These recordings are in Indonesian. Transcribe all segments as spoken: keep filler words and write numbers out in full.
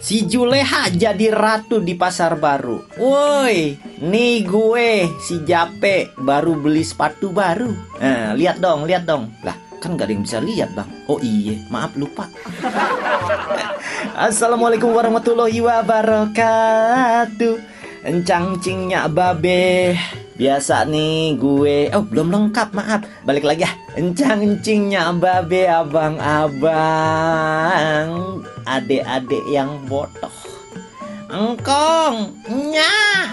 Si Juleha jadi ratu di pasar baru. Woi, nih gue si Jape baru beli sepatu baru. Nah, lihat dong, lihat dong. Lah, kan gak ada yang bisa lihat bang. Oh iya, maaf lupa. Assalamualaikum warahmatullahi wabarakatuh. Encang-cingnya babe. Biasa nih gue. Oh belum lengkap, maaf. Balik lagi ya. Encang-cingnya babe, abang-abang, adik-adik yang bodoh. Engkong, nya.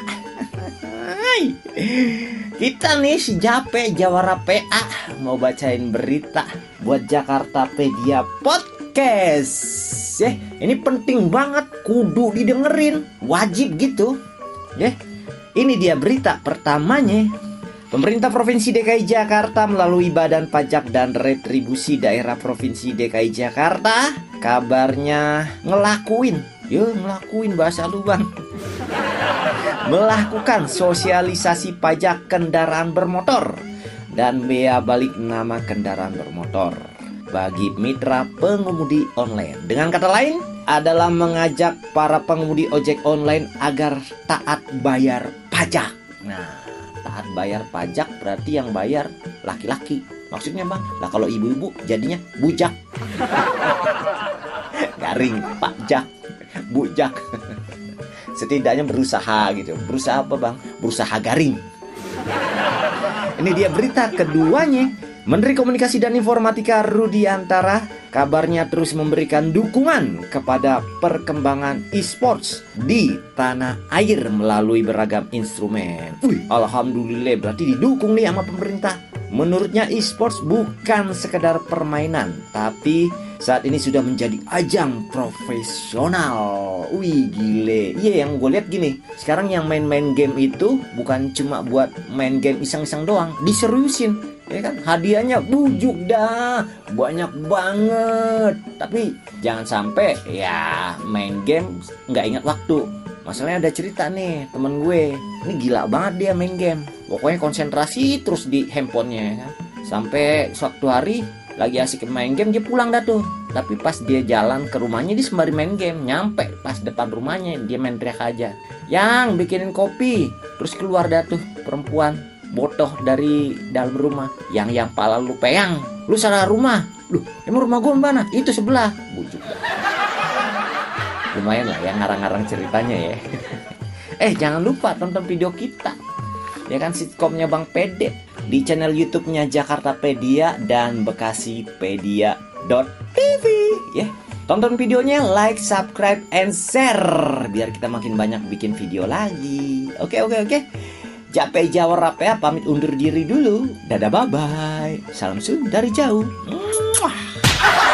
Kita nih si Jape Jawara P A mau bacain berita buat Jakartapedia Podcast. Ya, ini penting banget, kudu didengerin, wajib gitu. Ya, ini dia berita pertamanya. Pemerintah Provinsi D K I Jakarta melalui Badan Pajak dan Retribusi Daerah Provinsi D K I Jakarta kabarnya ngelakuin, yo ngelakuin bahasa lu bang, melakukan sosialisasi pajak kendaraan bermotor dan bea balik nama kendaraan bermotor bagi mitra pengemudi online. Dengan kata lain adalah mengajak para pengemudi ojek online agar taat bayar pajak. Nah, taat bayar pajak berarti yang bayar laki-laki. Maksudnya bang, lah kalau ibu-ibu jadinya bujak. Garing, pajak, bujak. Setidaknya berusaha gitu. Berusaha apa bang? Berusaha garing. Ini dia berita keduanya. Menteri Komunikasi dan Informatika Rudiantara kabarnya terus memberikan dukungan kepada perkembangan e-sports di tanah air melalui beragam instrumen. Wih, alhamdulillah berarti didukung nih sama pemerintah. Menurutnya e-sports bukan sekedar permainan, tapi saat ini sudah menjadi ajang profesional. Wih gile. Iya, yang gue lihat gini, sekarang yang main-main game itu bukan cuma buat main game iseng-iseng doang, diseriusin. Ya kan, hadiahnya bujuk dah, banyak banget. Tapi jangan sampai ya main game nggak ingat waktu. Masalahnya ada cerita nih temen gue, ini gila banget dia main game. Pokoknya konsentrasi terus di handphonenya ya kan. Sampai suatu hari lagi asik main game, dia pulang dah tuh. Tapi pas dia jalan ke rumahnya, dia sembari main game. Nyampe pas depan rumahnya, dia main teriak aja, "Yang bikinin kopi." Terus keluar dah tuh perempuan bodoh dari dalam rumah. Yang yang pala lu peyang, lu salah rumah. Loh, emang rumah gue mana? Itu sebelah. Bujuk. Lumayan lah ya ngarang-ngarang ceritanya ya. Eh jangan lupa tonton video kita, ya kan, sitkomnya Bang Pede di channel YouTube-nya Jakartapedia dan Bekasipedia dot t v ya. Tonton videonya, like, subscribe, and share biar kita makin banyak bikin video lagi. Oke oke oke. Jape Jawara P A pamit undur diri dulu. Dadah bye bye. Salam sun dari jauh. Mwah.